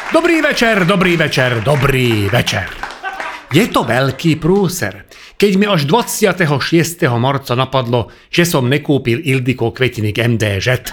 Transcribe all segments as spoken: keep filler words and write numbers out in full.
Dobrý večer, dobrý večer, dobrý večer. Je to veľký prúser, keď mi až dvadsiateho šiesteho marca napadlo, že som nekúpil Ildiko kvetiny k em dé žet.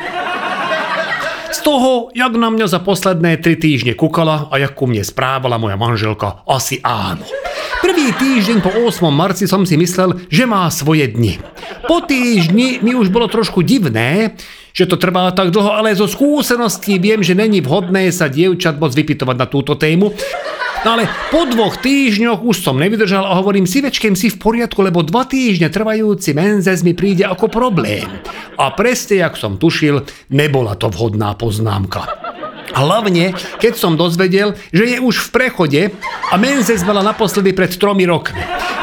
Z toho, jak na mňa za posledné tri týždne kúkala a jak ku mne správala moja manželka, asi áno. Prvý týždeň po ôsmom marci som si myslel, že má svoje dni. Po týždni mi už bolo trošku divné, že to trvá tak dlho, ale zo skúseností viem, že není vhodné sa dievčat moc vypytovať na túto tému. No ale po dvoch týždňoch už som nevydržal a hovorím si, večkem si v poriadku, lebo dva týždne trvajúci menzes mi príde ako problém. A presne, jak som tušil, nebola to vhodná poznámka. Hlavne, keď som dozvedel, že je už v prechode a menzes mala naposledy pred tromi rokmi.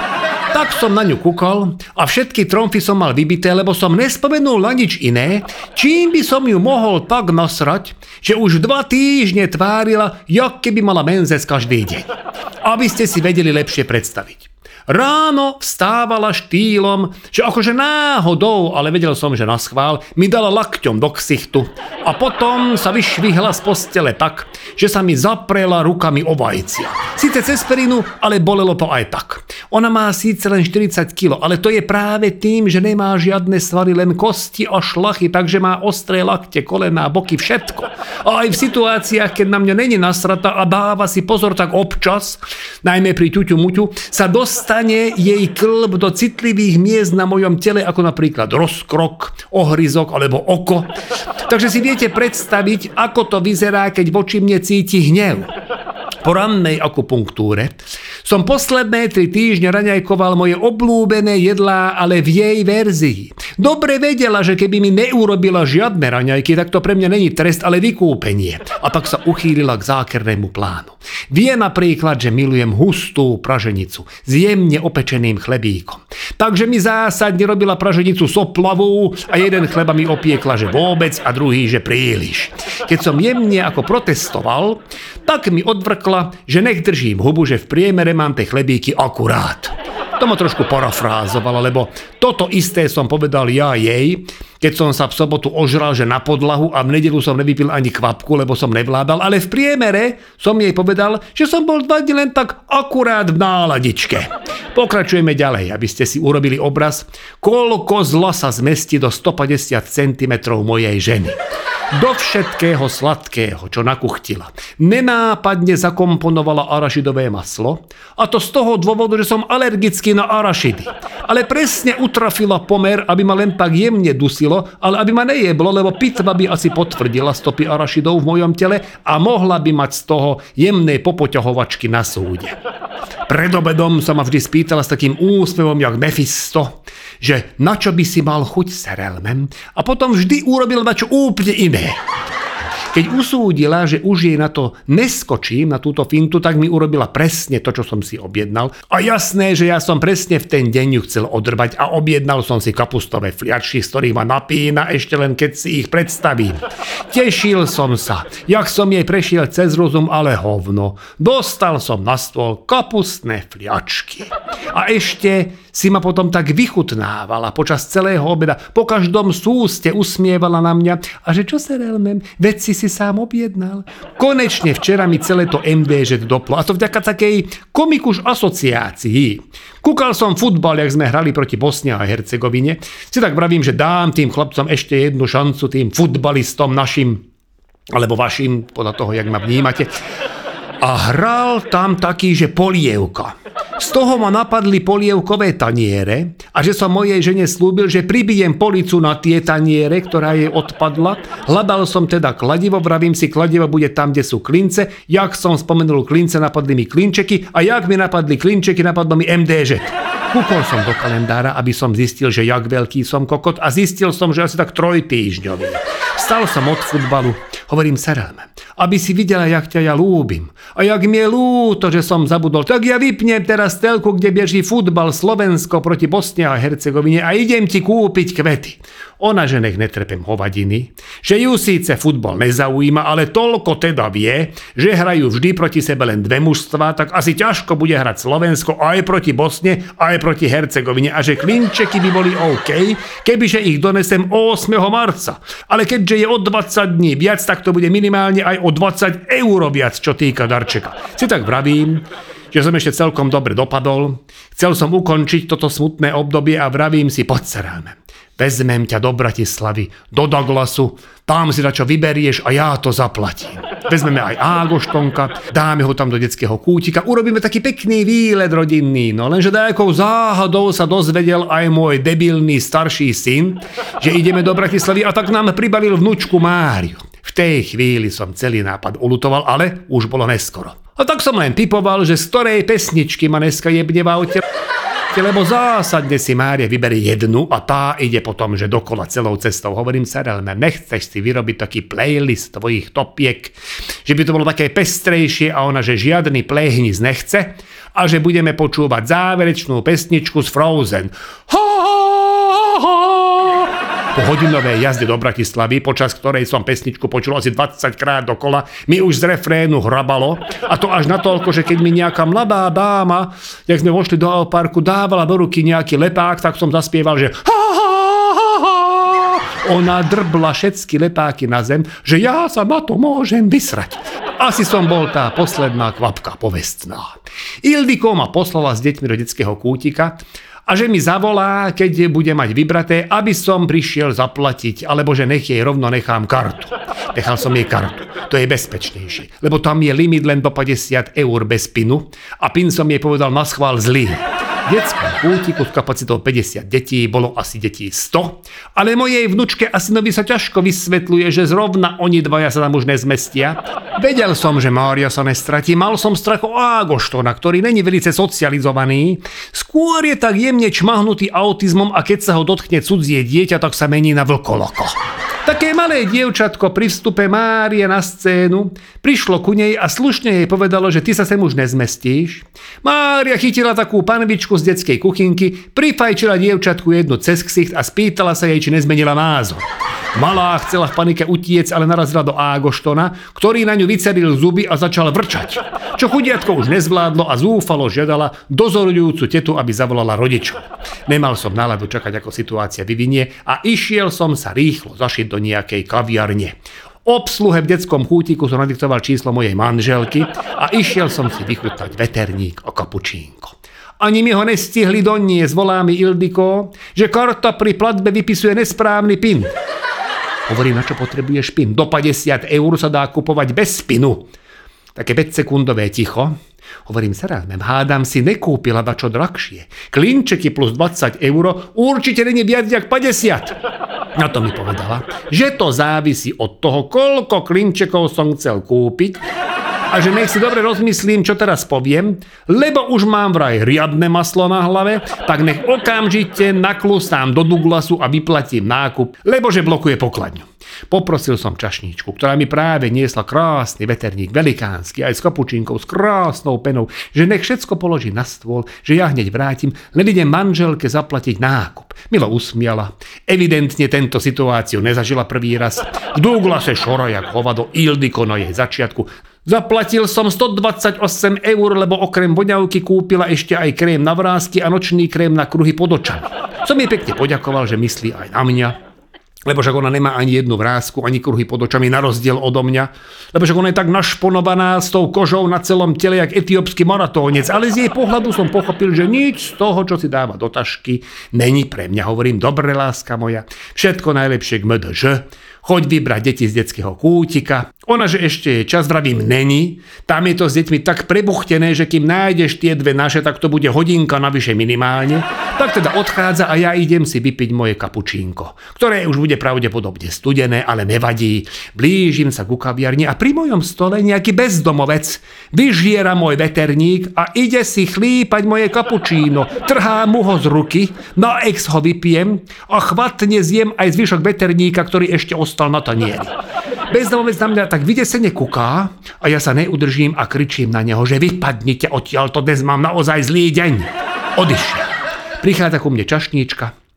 Tak som na ňu kúkal a všetky tromfy som mal vybité, lebo som nespomenul na nič iné, čím by som ju mohol tak nasrať, že už dva týždne tvárila, jak keby mala menzes každý deň. Aby ste si vedeli lepšie predstaviť. Ráno vstávala štýlom, že akože náhodou, ale vedel som, že naschvál, mi dala lakťom do ksichtu a potom sa vyšvihla z postele tak, že sa mi zaprela rukami o vajcia. Sice cez perinu, ale bolelo to aj tak. Ona má síce len štyridsať kilogramov, ale to je práve tým, že nemá žiadne svaly, len kosti a šlachy, takže má ostré lakte, kolená, boky, všetko. A aj v situáciách, keď na mňa není nasrata a dáva si pozor, tak občas, najmä pri ťuťu muťu, sa dostane jej klb do citlivých miest na mojom tele, ako napríklad rozkrok, ohryzok alebo oko. Takže si viete predstaviť, ako to vyzerá, keď voči mne cíti hnev. Po rannej akupunktúre som posledné tri týždne raňajkoval moje obľúbené jedlá, ale v jej verzii. Dobre vedela, že keby mi neurobila žiadne raňajky, tak to pre mňa není trest, ale vykúpenie. A tak sa uchýlila k zákernému plánu. Vie napríklad, že milujem hustú praženicu s jemne opečeným chlebíkom. Takže mi zásadne robila praženicu soplavú a jeden chleba mi opiekla, že vôbec a druhý, že príliš. Keď som jemne ako protestoval, tak mi odvrkla, že nech držím hubu, že v priemere mám tie chlebíky akurát. To ma trošku parafrázovala, lebo toto isté som povedal ja jej, keď som sa v sobotu ožral, že na podlahu a v nedeľu som nevypil ani kvapku, lebo som nevládal, ale v priemere som jej povedal, že som bol dva dni len tak akurát v náladičke. Pokračujeme ďalej, aby ste si urobili obraz, koľko zla sa zmestí do stopäťdesiat centimetrov mojej ženy. Do všetkého sladkého, čo nakuchtila, nenápadne zakomponovala arašidové maslo, a to z toho dôvodu, že som alergický na arašidy. Ale presne utrafila pomer, aby ma len tak jemne dusilo, ale aby ma nejeblo, lebo pitva by asi potvrdila stopy arašidov v mojom tele a mohla by mať z toho jemné popoťahovačky na súde. Pred obedom sa ma vždy spýtala s takým úsmevom jak Mephisto, že na čo by si mal chuť serelmem, a potom vždy urobil na čo úplne iné. Keď usúdila, že už jej na to neskočím, na túto fintu, tak mi urobila presne to, čo som si objednal. A jasné, že ja som presne v ten deň ju chcel odrbať a objednal som si kapustové fliačky, z ktorých ma napína ešte len keď si ich predstavím. Tešil som sa, jak som jej prešiel cez rozum, ale hovno. Dostal som na stôl kapustné fliačky. A ešte si ma potom tak vychutnávala počas celého obeda. Po každom súste usmievala na mňa. A že čo sa relmem, veď si si sám objednal. Konečne včera mi celé to em dé žet doplo. A to vďaka takej komikuš asociácii. Kúkal som futbal, jak sme hrali proti Bosne a Hercegovine. Si tak vravím, že dám tým chlapcom ešte jednu šancu, tým futbalistom našim, alebo vašim, podľa toho, jak ma vnímate. A hral tam taký, že polievka. Z toho ma napadli polievkové taniere a že som mojej žene slúbil, že pribijem policu na tie taniere, ktorá jej odpadla. Hľadal som teda kladivo, vravím si, kladivo bude tam, kde sú klince. Jak som spomenul klince, napadli mi klinčeky a jak mi napadli klinčeky, napadlo mi em dé žet. Kúkol som do kalendára, aby som zistil, že jak veľký som kokot, a zistil som, že asi tak trojtýždňový. Stal som od futbalu, hovorím Serelme, aby si videla, jak ťa ja lúbim. A jak mi je ľúto, že som zabudol, tak ja vypnem teraz telku, kde beží futbal Slovensko proti Bosne a Hercegovine a idem ti kúpiť kvety. Ona, že nech netrpem hovadiny, že ju síce futbal nezaujíma, ale toľko teda vie, že hrajú vždy proti sebe len dve mužstvá, tak asi ťažko bude hrať Slovensko aj proti Bosne, aj proti Hercegovine a že klinčeky by boli OK, kebyže ich donesem ôsmeho marca. Ale keďže je o dvadsať dní viac, tak to bude minimálne aj o dvadsať eur viac, čo týka darčeka. Si tak vravím, že som ešte celkom dobre dopadol, chcel som ukončiť toto smutné obdobie a vravím si, poď sa ráme. Vezmem ťa do Bratislavy, do Douglasu, tam si na čo vyberieš a ja to zaplatím. Vezmeme aj Ágoštonka, dáme ho tam do detského kútika, urobíme taký pekný výlet rodinný, no lenže nejakou záhadou sa dozvedel aj môj debilný starší syn, že ideme do Bratislavy a tak nám pribalil vnúčku Máriu. V tej chvíli som celý nápad uľutoval, ale už bolo neskoro. A tak som len typoval, že z ktorej pesničky ma dneska jebne v aute, lebo zásadne si Mária vyberie jednu a tá ide potom, že dokola celou cestou. Hovorím sa, ale nechceš si vyrobiť taký playlist tvojich topiek, že by to bolo také pestrejšie a ona, že žiadny playhnis nechce a že budeme počúvať záverečnú pesničku z Frozen. Ha, ha, ha. Po hodinovej jazde do Bratislavy, počas ktorej som pesničku počul asi dvadsať krát dokola, mi už z refrénu hrabalo a to až natoľko, že keď mi nejaká mladá dáma, jak sme vošli do parku, dávala do ruky nejaký lepák, tak som zaspieval, že ha, ha, ha, ha. Ona drbla všetky lepáky na zem, že ja sa na to môžem vysrať. Asi som bol tá posledná kvapka povestná. Ildiko ma poslala s deťmi do detského kútika a že mi zavolá, keď bude mať vybraté, aby som prišiel zaplatiť, alebo že nech jej rovno nechám kartu. Nechal som jej kartu. To je bezpečnejšie, lebo tam je limit len do päťdesiat eur bez pinu a pin som jej povedal naschvál zlý. V detskom kútiku s kapacitou päťdesiat detí bolo asi detí sto, ale mojej vnučke a synovi sa ťažko vysvetľuje, že zrovna oni dvaja sa tam už nezmestia. Vedel som, že Mária sa nestratí, mal som strach o Ágoštona, ktorý není velice socializovaný, skôr je tak jemne čmahnutý autizmom a keď sa ho dotkne cudzie dieťa, tak sa mení na vlkoloko. Také malé dievčatko pri vstupe Márie na scénu prišlo ku nej a slušne jej povedalo, že ty sa sem už nezmestíš. Mária chytila takú panvičku z detskej kuchynky, prifajčila dievčatku jednu cez ksicht a spýtala sa jej, či nezmenila názor. Malá chcela v panike utiec, ale narazila do Ágoštona, ktorý na ňu vyceril zuby a začal vrčať. Čo chudiatko už nezvládlo a zúfalo žiadala dozorujúcu tetu, aby zavolala rodičov. Nemal som náladu čakať, ako situácia vyvinie a išiel som sa rýchlo zašiť do nejakej kaviarne. Obsluhe v detskom chútiku som nadiktoval číslo mojej manželky a išiel som si vychutnať veterník a kapučínko. Ani mi ho nestihli doniesť, volá mi Ildiko, že karta pri platbe vypisuje nesprávny pin. Hovorím, na čo potrebuješ pin? Do päťdesiat eur sa dá kupovať bez pinu. Také päťsekundové ticho. Hovorím sa rád, hádam si nekúpila dačo drahšie. Klinčeky plus dvadsať eur určite není viac jak päťdesiat. Na to mi povedala, že to závisí od toho, koľko klinčekov som chcel kúpiť a že nech si dobre rozmyslím, čo teraz poviem, lebo už mám vraj riadne maslo na hlave, tak nech okamžite naklusám do Douglasu a vyplatím nákup, lebo že blokuje pokladňu. Poprosil som čašníčku, ktorá mi práve niesla krásny veterník, velikánsky, aj s kapučínkou, s krásnou penou, že nech všetko položí na stôl, že ja hneď vrátim, len idem manželke zaplatiť nákup. Milo usmiala. Evidentne tento situáciu nezažila prvý raz. V Douglase šora jak hovado, Ildiko na jej začiatku. Zaplatil som stodvadsaťosem eur, lebo okrem voňavky kúpila ešte aj krém na vrásky a nočný krém na kruhy pod očami. Som jej pekne poďakoval, že myslí aj na mňa, lebo však ona nemá ani jednu vrásku, ani kruhy pod očami, na rozdiel odo mňa. Lebo však ona je tak našponovaná s tou kožou na celom tele, jak etiópsky maratónec. Ale z jej pohľadu som pochopil, že nič z toho, čo si dáva do tašky, není pre mňa. Hovorím, dobre, láska moja, všetko najlepšie k em dé žé. Choď vybrať deti z detského kútika. Ona, že ešte je čas, vravím, není. Tam je to s deťmi tak prebuchtené, že kým nájdeš tie dve naše, tak to bude hodinka navyše minimálne. Tak teda odchádza a ja idem si vypiť moje kapučínko, ktoré už bude pravdepodobne studené, ale nevadí. Blížim sa ku kaviarni a pri mojom stole nejaký bezdomovec vyžiera môj veterník a ide si chlípať moje kapučíno. Trhá mu ho z ruky, na ex ho vypijem a chvatne zjem aj zvyšok veterníka, ktorý ešte ostal na tanieri. Bezdomovec na mňa tak vydesene kuká a ja sa neudržím a kričím na neho, že vypadnite odtiaľto, dnes mám naozaj zlý deň. Odišiel. Prichádza ku mne čašníčka,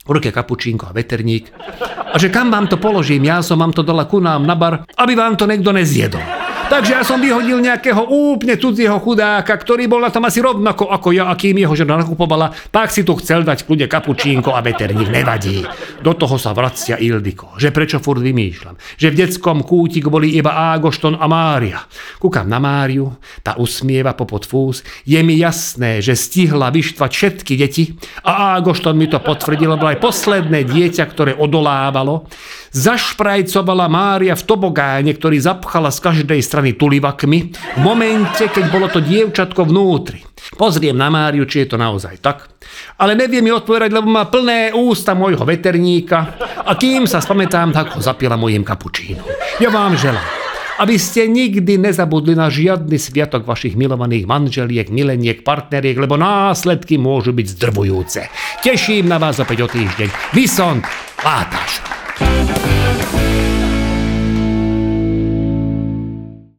v ruke kapučínko a veterník. A že kam vám to položím, ja som vám to dala ku nám na bar, aby vám to niekto nezjedol. Takže ja som vyhodil nejakého úplne cudzieho chudáka, ktorý bol na tom asi rovnako ako ja, a kým jeho žena nakupovala, tak si tu chcel dať v kľude kapučínko a veterník, nevadí. Do toho sa vracia Ildiko, že prečo furt vymýšľam, že v detskom kútiku boli iba Ágošton a Mária. Kúkam na Máriu, tá usmieva popod fús, je mi jasné, že stihla vyštvať všetky deti a Ágošton mi to potvrdil, bolo aj posledné dieťa, ktoré odolávalo. Zašprajcovala Mária v tobogáne, ktorý zapchala z každej strany tulivakmi, v momente, keď bolo to dievčatko vnútri. Pozriem na Máriu, či je to naozaj tak, ale neviem mi odpovedať, lebo má plné ústa môjho veterníka a kým sa spamätám, tak ho zapila mojím kapučínom. Ja vám želám, aby ste nikdy nezabudli na žiadny sviatok vašich milovaných manželiek, mileniek, partneriek, lebo následky môžu byť zdrvujúce. Teším na vás opäť o týždeň. Vysont Látáš.